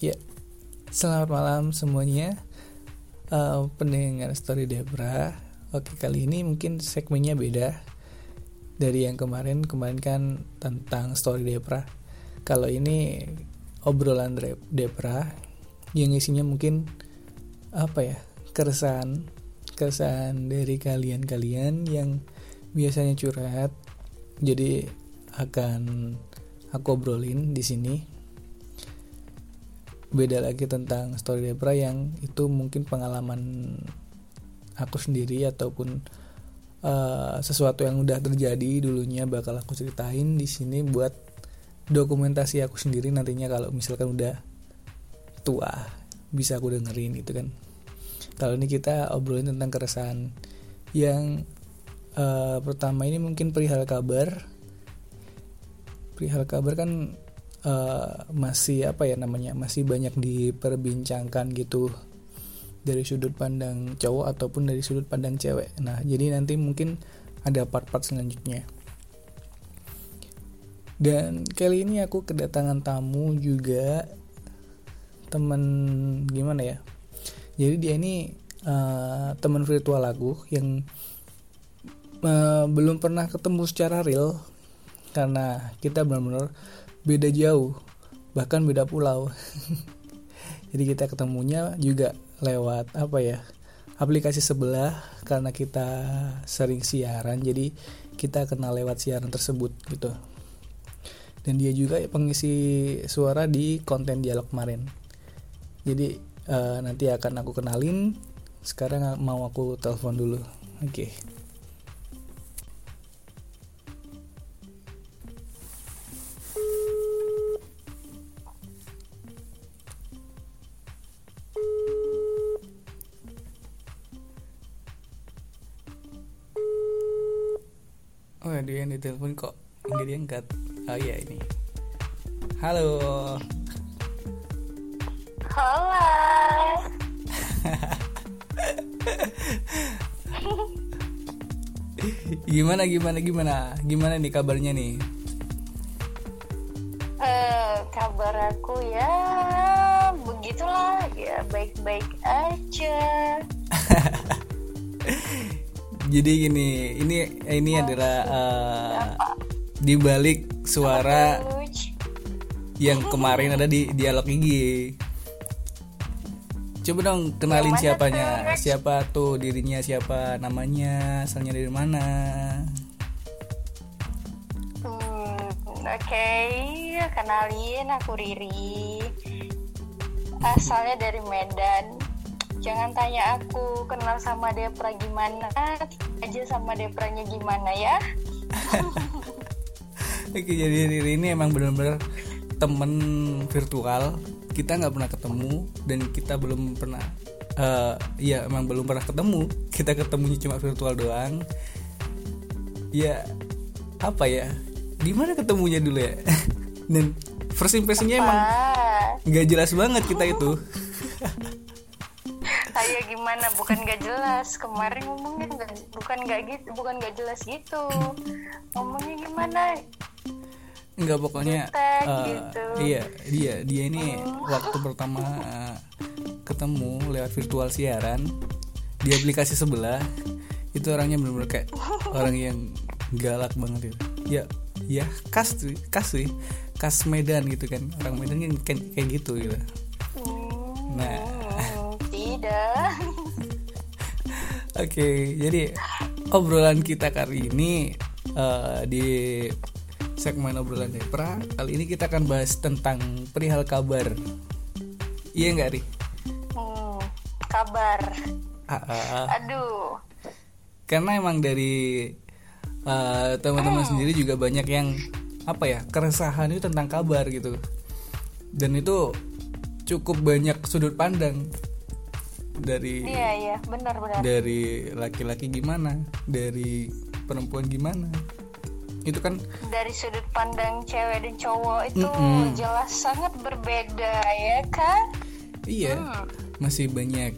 Ya, selamat malam semuanya, pendengar Story Debra. Oke, kali ini mungkin segmennya beda dari yang kemarin. Kemarin kan tentang Story Debra. Kalau ini obrolan Debra yang isinya mungkin keresahan dari kalian yang biasanya curhat. Jadi akan aku obrolin di sini. Beda lagi tentang Story Debra yang itu mungkin pengalaman aku sendiri ataupun sesuatu yang udah terjadi dulunya bakal aku ceritain di sini buat dokumentasi aku sendiri nantinya kalau misalkan udah tua bisa aku dengerin gitu kan. Kalau ini kita obrolin tentang keresahan yang pertama ini mungkin perihal kabar. Perihal kabar kan masih masih banyak diperbincangkan gitu dari sudut pandang cowok ataupun dari sudut pandang cewek. Nah, jadi nanti mungkin ada part-part selanjutnya. Dan kali ini aku kedatangan tamu juga, teman gimana ya? Jadi dia ini teman virtual aku yang belum pernah ketemu secara real karena kita benar-benar beda jauh, bahkan beda pulau. Jadi kita ketemunya juga lewat aplikasi sebelah karena kita sering siaran, jadi kita kenal lewat siaran tersebut gitu. Dan dia juga pengisi suara di konten dialog kemarin. Jadi nanti akan aku kenalin. Sekarang mau aku telepon dulu. Oke. Oh, dia yang ditelepon kok nggak diangkat. Oh iya, ini. Halo. Halo. Gimana nih kabarnya nih? Kabar aku ya begitulah, ya baik-baik aja. Jadi gini, ini adalah di balik suara yang kemarin ada di dialog IG. Coba dong kenalin siapanya, siapa tuh dirinya, siapa namanya, asalnya dari mana? Oke, kenalin aku Riri, asalnya dari Medan. Jangan tanya aku kenal sama Depra gimana, aja sama Depranya gimana ya. Oke, jadi Riri ini emang benar-benar temen virtual. Kita nggak pernah ketemu dan kita belum pernah, emang belum pernah ketemu. Kita ketemunya cuma virtual doang. Ya, gimana ketemunya dulu ya? Dan first impressionnya emang nggak jelas banget kita itu. Ayo gimana, bukan gak jelas. Kemarin ngomongnya bukan gak jelas gitu. Ngomongnya gimana? Enggak, pokoknya gitu. Iya, dia ini waktu pertama ketemu lewat virtual siaran di aplikasi sebelah, itu orangnya benar-benar kayak orang yang galak banget itu. Ya khas Medan gitu kan. Orang Medan kan kayak gitu gitu. Nah, tidak. Oke, jadi obrolan kita kali ini di segmen obrolan Depra kali ini kita akan bahas tentang perihal kabar. Iya nggak, Ri? Kabar. Aduh. Karena emang dari teman-teman sendiri juga banyak yang keresahan itu tentang kabar gitu. Dan itu cukup banyak sudut pandang dari benar. Dari laki-laki gimana, dari perempuan gimana, itu kan dari sudut pandang cewek dan cowok itu jelas sangat berbeda ya kan. Iya. Masih banyak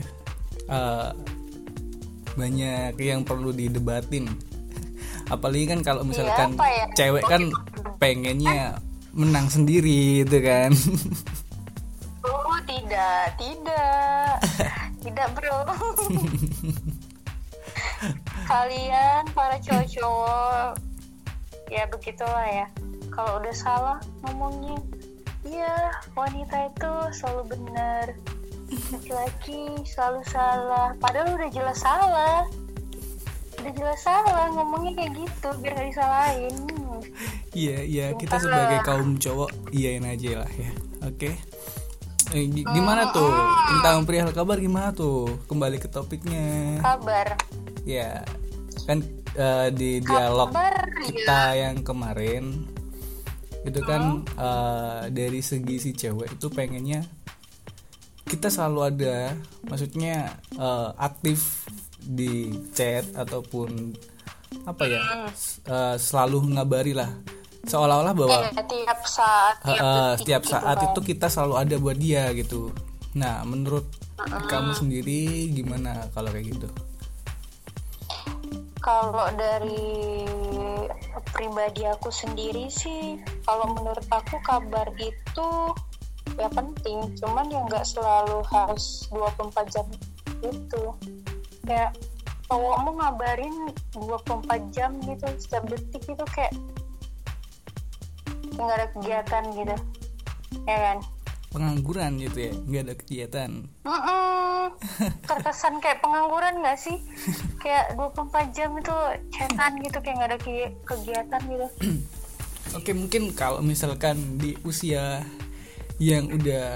banyak yang perlu didebatin, apalagi kan kalau misalkan cewek kan pengennya menang sendiri itu kan. Tidak bro. Kalian para cowok-cowok ya begitulah ya. Kalau udah salah ngomongnya, iya wanita itu selalu benar, laki-laki selalu salah. Padahal udah jelas salah ngomongnya kayak gitu biar gak disalahin. Iya kita sebagai kaum cowok iyain aja lah ya. Oke. Gimana tuh tentang perihal kabar, gimana tuh, kembali ke topiknya kabar ya kan. Di dialog kabar, kita yang kemarin itu kan dari segi si cewek itu pengennya kita selalu ada, maksudnya aktif di chat ataupun apa ya, selalu ngabari lah, seolah-olah bahwa tiap saat itu kita selalu ada buat dia gitu. Nah menurut kamu sendiri gimana kalau kayak gitu? Kalau dari pribadi aku sendiri sih, kalau menurut aku kabar itu ya penting, cuman ya nggak selalu harus 24 jam gitu. Kayak cowokmu ngabarin 24 jam gitu, setiap detik itu kayak nggak ada kegiatan gitu, ya kan? Pengangguran gitu ya, nggak ada kegiatan. Terkesan kayak pengangguran nggak sih? Kayak 24 jam itu chatan gitu, kayak nggak ada kegiatan gitu. Oke, mungkin kalau misalkan di usia yang udah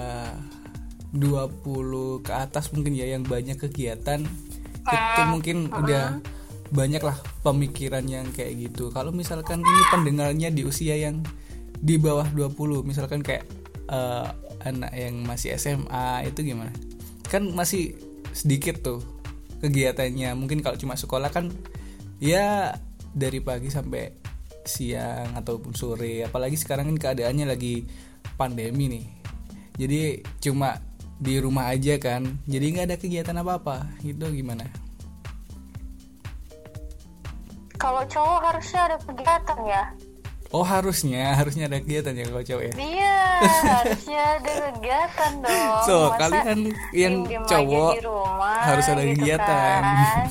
20 ke atas mungkin ya, yang banyak kegiatan, itu mungkin udah banyak lah pemikiran yang kayak gitu. Kalau misalkan ini pendengarnya di usia yang di bawah 20, misalkan kayak anak yang masih SMA, itu gimana? Kan masih sedikit tuh kegiatannya. Mungkin kalau cuma sekolah kan ya dari pagi sampai siang ataupun sore. Apalagi sekarang kan keadaannya lagi pandemi nih. Jadi cuma di rumah aja kan. Jadi nggak ada kegiatan apa-apa. Gitu gimana? Kalau cowok harusnya ada kegiatan ya. Oh harusnya ada kegiatan ya kalau cowok ya? Iya, harusnya ada kegiatan dong. So masa kalian yang cowok rumah, harus ada gitu kegiatan. Kan?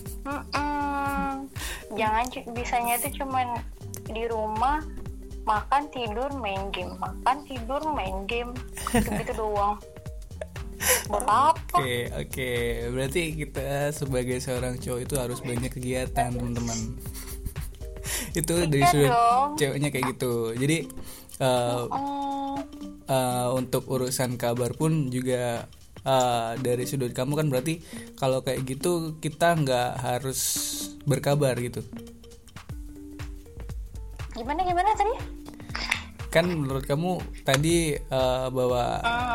Jangan bisanya itu cuman di rumah makan tidur main game, gitu doang. Buat apa? Oke. Berarti kita sebagai seorang cowok itu harus banyak kegiatan, teman-teman. Itu dari sudut ceweknya kayak gitu. Jadi untuk urusan kabar pun juga dari sudut kamu kan berarti kalau kayak gitu kita nggak harus berkabar gitu. Gimana tadi? Kan menurut kamu tadi bahwa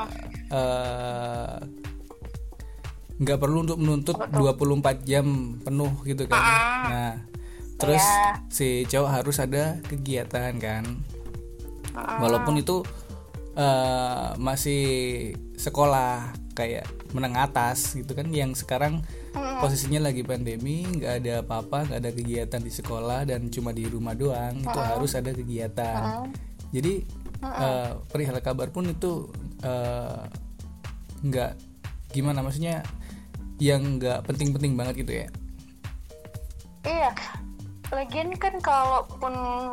nggak perlu untuk menuntut 24 jam penuh gitu kan. Nah terus si cowok harus ada kegiatan kan, walaupun itu masih sekolah kayak menengah atas gitu kan, yang sekarang posisinya lagi pandemi, nggak ada apa-apa, nggak ada kegiatan di sekolah dan cuma di rumah doang, itu harus ada kegiatan. Jadi perihal kabar pun itu nggak gimana, maksudnya yang nggak penting-penting banget gitu ya. Iya. Lagian kan kalaupun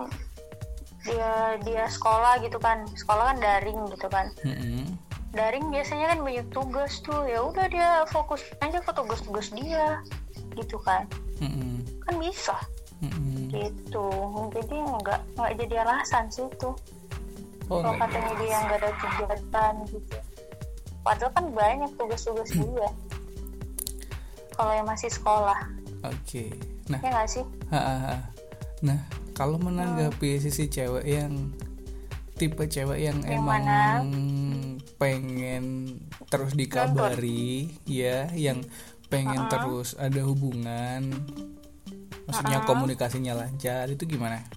dia sekolah gitu kan, sekolah kan daring gitu kan. Daring biasanya kan banyak tugas tuh, ya udah dia fokus aja ke tugas-tugas dia gitu kan. Kan bisa gitu. Jadi nggak jadi alasan sih itu. Kalau katanya dia nggak ada kegiatan gitu, padahal kan banyak tugas-tugas dia kalau yang masih sekolah. Oke. Nah, ya nggak sih? Nah, kalau menanggapi sisi cewek yang tipe cewek yang emang mana? pengen terus dikabari, ya, yang pengen terus ada hubungan, maksudnya komunikasinya lancar, itu gimana?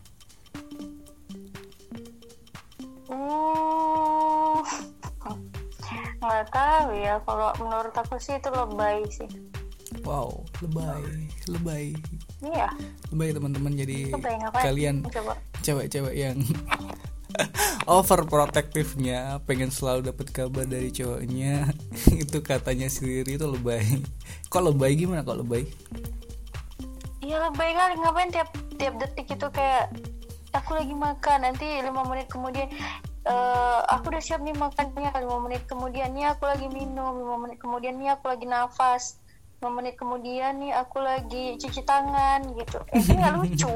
Nggak tahu ya, kalau menurut aku sih itu lebay sih. Wow, lebay. Iya. Lebay teman-teman. Jadi lebay, kalian coba? cewek-cewek yang overprotektifnya, pengen selalu dapat kabar dari cowoknya. Itu katanya sendiri itu lebay. Kok lebay, gimana kok lebay? Iya lebay kali, ngapain tiap detik itu kayak aku lagi makan, nanti 5 menit kemudian aku udah siap nih makannya, 5 menit kemudian nih aku lagi minum, 5 menit kemudian nih aku lagi nafas, 5 menit kemudian nih aku lagi cuci tangan gitu. Itu nggak lucu.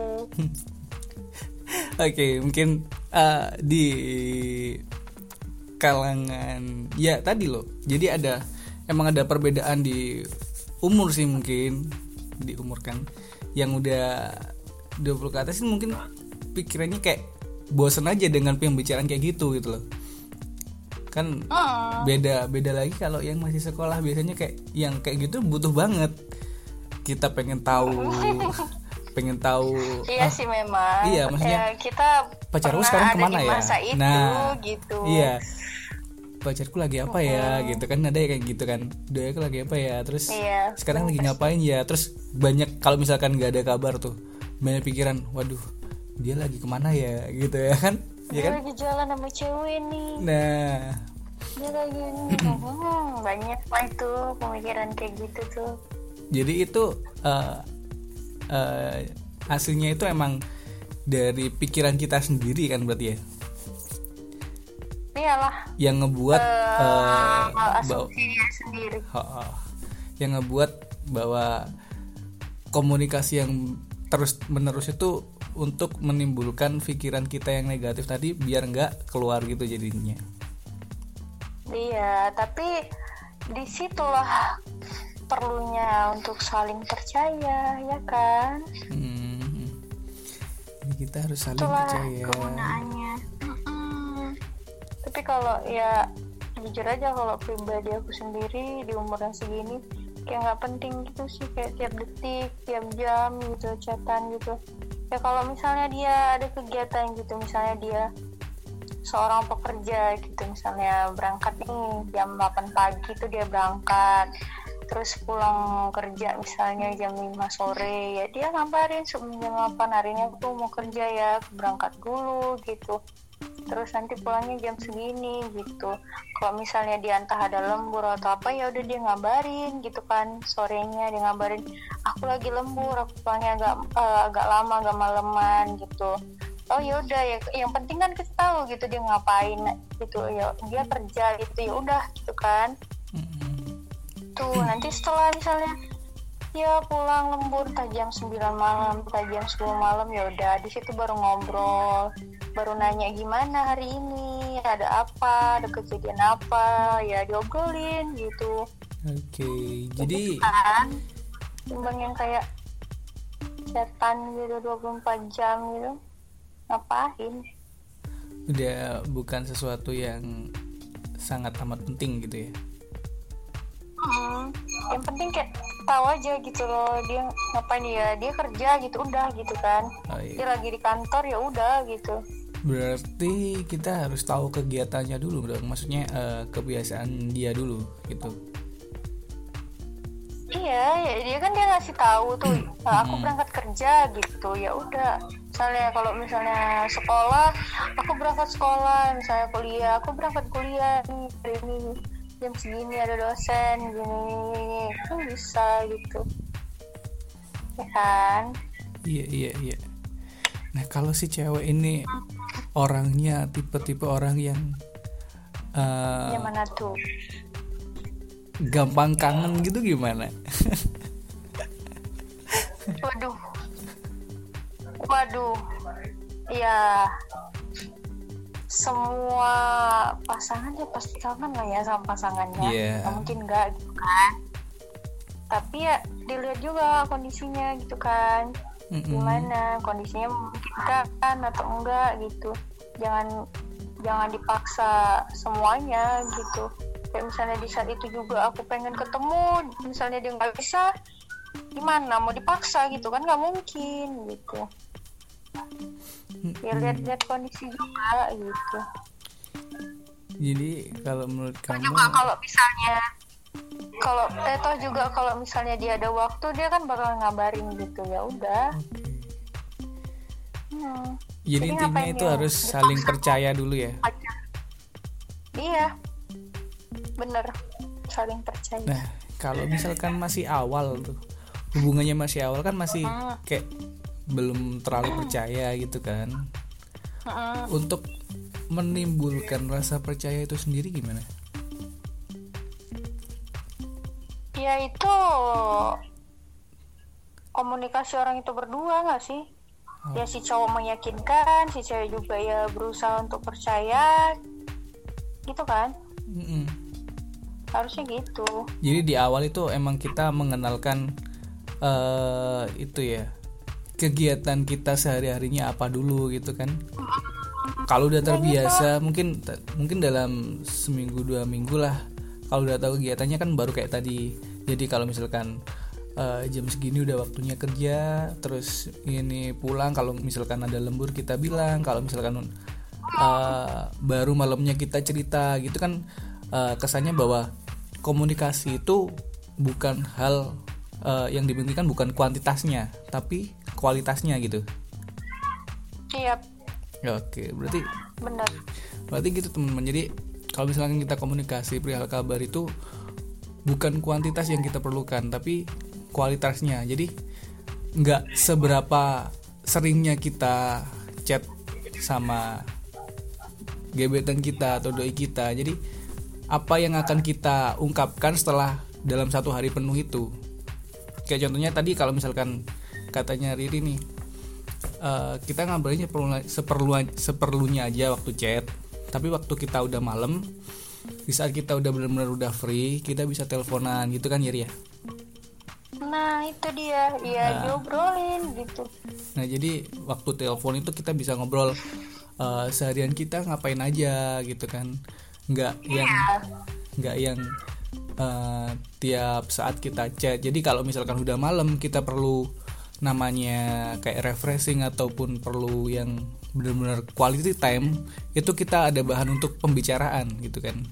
Oke, mungkin di kalangan ya tadi loh. Jadi emang ada perbedaan di umur sih, mungkin di umur kan yang udah 20 ke atas mungkin pikirannya kayak bosen aja dengan pembicaraan kayak gitu loh. Kan beda lagi kalau yang masih sekolah, biasanya kayak yang kayak gitu butuh banget. Kita pengen tahu Iya sih memang. Iya, maksudnya kita pacarku sekarang kemana ya? Masa itu, nah gitu. Iya, pacarku lagi apa ya gitu kan, ada ya kayak gitu kan, dia lagi apa ya, terus sekarang lagi ngapain ya, terus banyak kalau misalkan nggak ada kabar tuh banyak pikiran, waduh dia lagi kemana ya gitu ya kan, dia kan lagi jalan sama cewek nih, nah dia lagi banyak lah itu pemikiran kayak gitu tuh. Jadi itu hasilnya itu emang dari pikiran kita sendiri kan berarti ya. Iyalah. Yang ngebuat asumsinya sendiri. Yang ngebuat bahwa komunikasi yang terus menerus itu untuk menimbulkan pikiran kita yang negatif tadi biar nggak keluar gitu jadinya. Iya, tapi disitulah perlunya untuk saling percaya, ya kan? Jadi kita harus saling itulah percaya. Kegunaannya. Tapi kalau ya jujur aja, kalau pribadi aku sendiri di umur yang segini kayak nggak penting gitu sih, kayak tiap detik, tiap jam gitu chatan gitu. Ya kalau misalnya dia ada kegiatan gitu, misalnya dia seorang pekerja gitu, misalnya berangkat nih jam 8 pagi tuh dia berangkat, terus pulang kerja misalnya jam 5 sore, ya dia ngabarin sebelum jam 8, hari ini aku mau kerja ya, aku berangkat dulu gitu, terus nanti pulangnya jam segini gitu. Kalau misalnya dia entah ada lembur atau apa, ya udah dia ngabarin gitu kan, sorenya dia ngabarin aku lagi lembur, aku pulangnya agak lama, agak maleman gitu. Oh ya udah, ya yang penting kan kita tahu gitu dia ngapain gitu, ya dia kerja gitu, ya udah gitu kan. Tuh nanti setelah misalnya ya pulang lembur entah jam 9 malam, entah jam 10 malam, ya udah di situ baru ngobrol, baru nanya gimana hari ini, ada apa, ada kejadian apa, ya diobrolin gitu. Oke, jadi kan timbang yang kayak chatan gitu 24 jam gitu, ngapain? udah bukan sesuatu yang sangat amat penting gitu ya. Yang penting kayak tahu aja gitu loh dia ngapain, ya dia kerja gitu, udah gitu kan. Dia lagi di kantor, ya udah gitu. Berarti kita harus tahu kegiatannya dulu dong, maksudnya kebiasaan dia dulu gitu. Iya, ya dia kan dia ngasih tahu tuh, aku berangkat kerja gitu, ya udah. Misalnya kalau misalnya sekolah, aku berangkat sekolah, misalnya kuliah, aku berangkat kuliah nih hari ini jam segini ada dosen gini, kan bisa gitu, ya kan? Iya. Nah kalau si cewek ini orangnya tipe-tipe orang yang yang mana tuh? Gampang kangen gitu gimana? Waduh, ya semua pasangan ya pasti kangen lah ya sama pasangannya. Nggak mungkin nggak gitu kan. Tapi ya dilihat juga kondisinya gitu kan. Gimana kondisinya, memungkinkan atau enggak gitu. Jangan dipaksa semuanya gitu. Kayak misalnya di saat itu juga aku pengen ketemu, misalnya dia nggak bisa, gimana mau dipaksa gitu kan, nggak mungkin gitu. Ya lihat kondisi juga gitu. Jadi kalau menurut kamu juga kalau misalnya toh juga kalau misalnya dia ada waktu, dia kan bakal ngabarin gitu, ya udah. Jadi intinya itu ya harus saling percaya dulu ya. Iya, bener, saling percaya. Nah, kalau misalkan masih awal tuh, hubungannya masih awal kan masih kayak belum terlalu percaya gitu kan. Untuk menimbulkan rasa percaya itu sendiri gimana? Ya itu komunikasi orang itu berdua nggak sih? Ya si cowok meyakinkan, si cewek juga ya berusaha untuk percaya, gitu kan? Harusnya gitu. Jadi di awal itu emang kita mengenalkan itu ya, kegiatan kita sehari-harinya apa dulu gitu kan. Kalau udah terbiasa mungkin dalam seminggu 2 minggu lah, kalau udah tahu kegiatannya kan baru kayak tadi. Jadi kalau misalkan jam segini udah waktunya kerja, terus ini pulang, kalau misalkan ada lembur kita bilang, kalau misalkan baru malamnya kita cerita gitu kan. Kesannya bahwa komunikasi itu bukan hal yang dipentingkan, bukan kuantitasnya tapi kualitasnya gitu. Iya. Oke, berarti benar. Berarti gitu teman-teman. Jadi kalau misalkan kita komunikasi perihal kabar itu bukan kuantitas yang kita perlukan tapi kualitasnya. Jadi nggak seberapa seringnya kita chat sama gebetan kita atau doi kita. Jadi apa yang akan kita ungkapkan setelah dalam 1 hari penuh itu. Kayak contohnya tadi kalau misalkan katanya Riri nih, kita ngobrolnya seperlunya aja waktu chat. Tapi waktu kita udah malam, di saat kita udah benar-benar udah free, kita bisa teleponan gitu kan ya. Nah itu dia, ya diobrolin gitu. Nah jadi waktu telepon itu kita bisa ngobrol seharian kita ngapain aja gitu kan. Nggak yang tiap saat kita chat. Jadi kalau misalkan udah malam kita perlu namanya kayak refreshing ataupun perlu yang benar-benar quality time, itu kita ada bahan untuk pembicaraan gitu kan.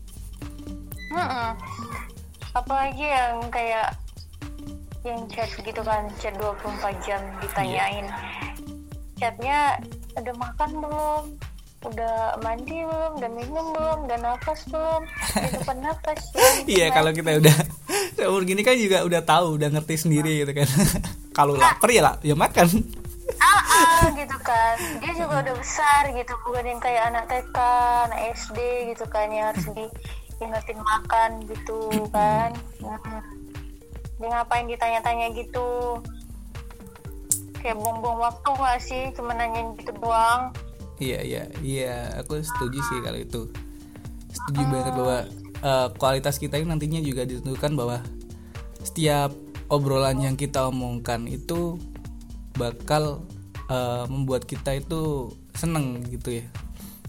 Apalagi yang kayak yang chat gitu kan, chat 24 jam ditanyain. Chatnya udah makan belum? Udah mandi belum? Udah minum belum? Udah nafas belum? Itu nafas ya. Iya, kalau kita udah umur gini kan juga udah tahu, udah ngerti sendiri gitu kan. Kalau lapar ya makan. Gitu kan. Dia juga udah besar gitu, bukan yang kayak anak TK, anak SD gitu kan, yang harus diingetin makan gitu kan. Dia ngapain ditanya-tanya gitu? Kayak buang-buang waktu gak sih cuma nanyain gitu doang. Iya, aku setuju sih kalau itu. Setuju banget bahwa kualitas kita ini nantinya juga ditentukan bahwa setiap obrolan yang kita omongkan itu bakal membuat kita itu seneng gitu ya.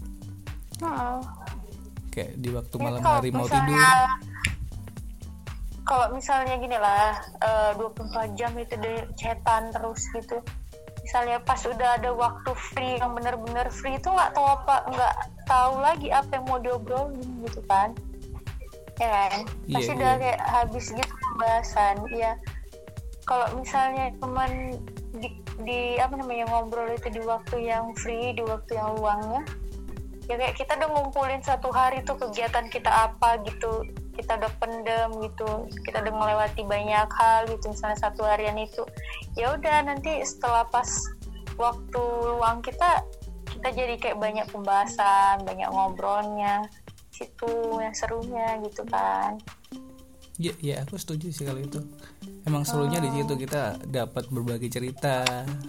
Kayak di waktu malam hari mau tidur. Kalau misalnya gini lah, 24 jam itu deh chatan terus gitu. Misalnya pas udah ada waktu free yang benar-benar free itu nggak tahu lagi apa yang mau diobrolin gitu kan, ya kan? Pasti udah kayak habis gitu pembahasan. Ya kalau misalnya cuman di ngobrol itu di waktu yang free, di waktu yang luangnya, ya kayak kita udah ngumpulin 1 hari tuh kegiatan kita apa gitu, kita udah pendem gitu, kita udah melewati banyak hal gitu, misalnya 1 harian itu. Ya udah, nanti setelah pas waktu luang kita jadi kayak banyak pembahasan, banyak ngobrolnya situ, yang serunya gitu kan. Ya aku setuju sih kalau itu. Emang serunya di situ kita dapat berbagi cerita.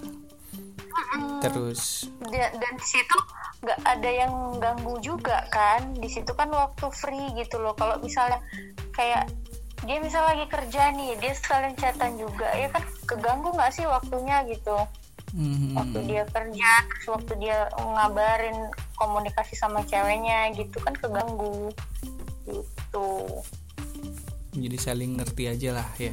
Terus dan di situ nggak ada yang ganggu juga kan. Di situ kan waktu free gitu loh. Kalau misalnya kayak dia misal lagi kerja nih, dia sekalian chatan juga, ya kan keganggu nggak sih waktunya gitu. Waktu dia kerja, terus waktu dia ngabarin komunikasi sama ceweknya gitu kan keganggu gitu. Jadi saling ngerti aja lah ya.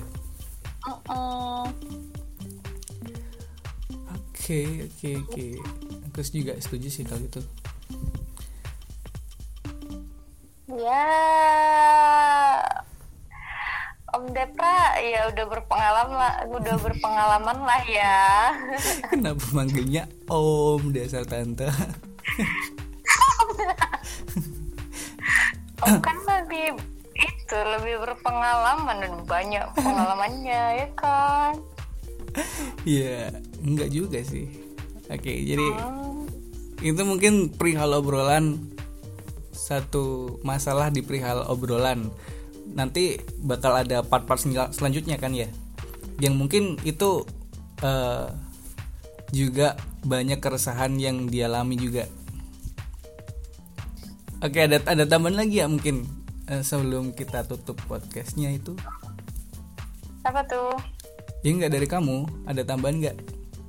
Oke. Aku juga setuju sih kalau itu. Ya, Depra ya udah berpengalaman lah ya. Kenapa manggilnya Om dasar tante? Om kan lebih berpengalaman dan banyak pengalamannya ya kan. Iya, enggak juga sih. Oke, jadi itu mungkin perihal obrolan, satu masalah di perihal obrolan. Nanti bakal ada part-part selanjutnya kan ya, yang mungkin itu juga banyak keresahan yang dialami juga. Oke, ada tambahan lagi ya mungkin sebelum kita tutup podcastnya itu? Apa tuh? Ya nggak, dari kamu ada tambahan nggak?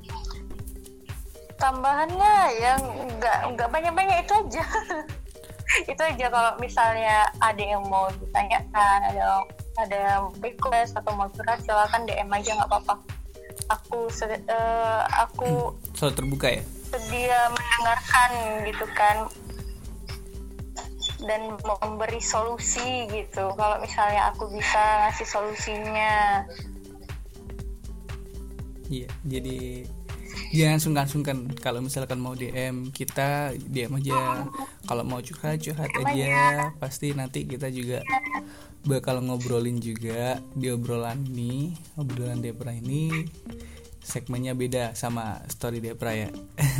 Tambahannya yang nggak banyak-banyak, itu aja. Itu aja. Kalau misalnya ada yang mau ditanyakan, ada yang request atau mau curhat, silakan DM aja, nggak apa-apa. Aku selalu terbuka ya, sedia mendengarkan gitu kan, dan memberi solusi gitu kalau misalnya aku bisa ngasih solusinya. Iya, jadi jangan sungkan-sungkan kalau misalkan mau DM kita, DM aja. Kalau mau curhat aja. Pasti nanti kita juga bakal ngobrolin juga di obrolan Depra ini. Segmennya beda sama story Depra ya.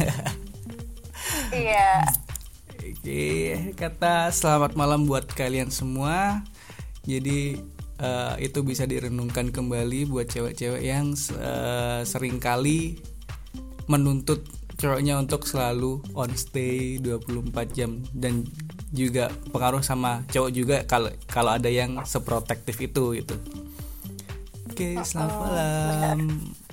Iya. Oke, kata selamat malam buat kalian semua. Jadi itu bisa direnungkan kembali buat cewek-cewek yang seringkali menuntut cowoknya untuk selalu on stay 24 jam, dan juga pengaruh sama cowok juga kalau ada yang seprotektif itu gitu. Oke, selamat malam.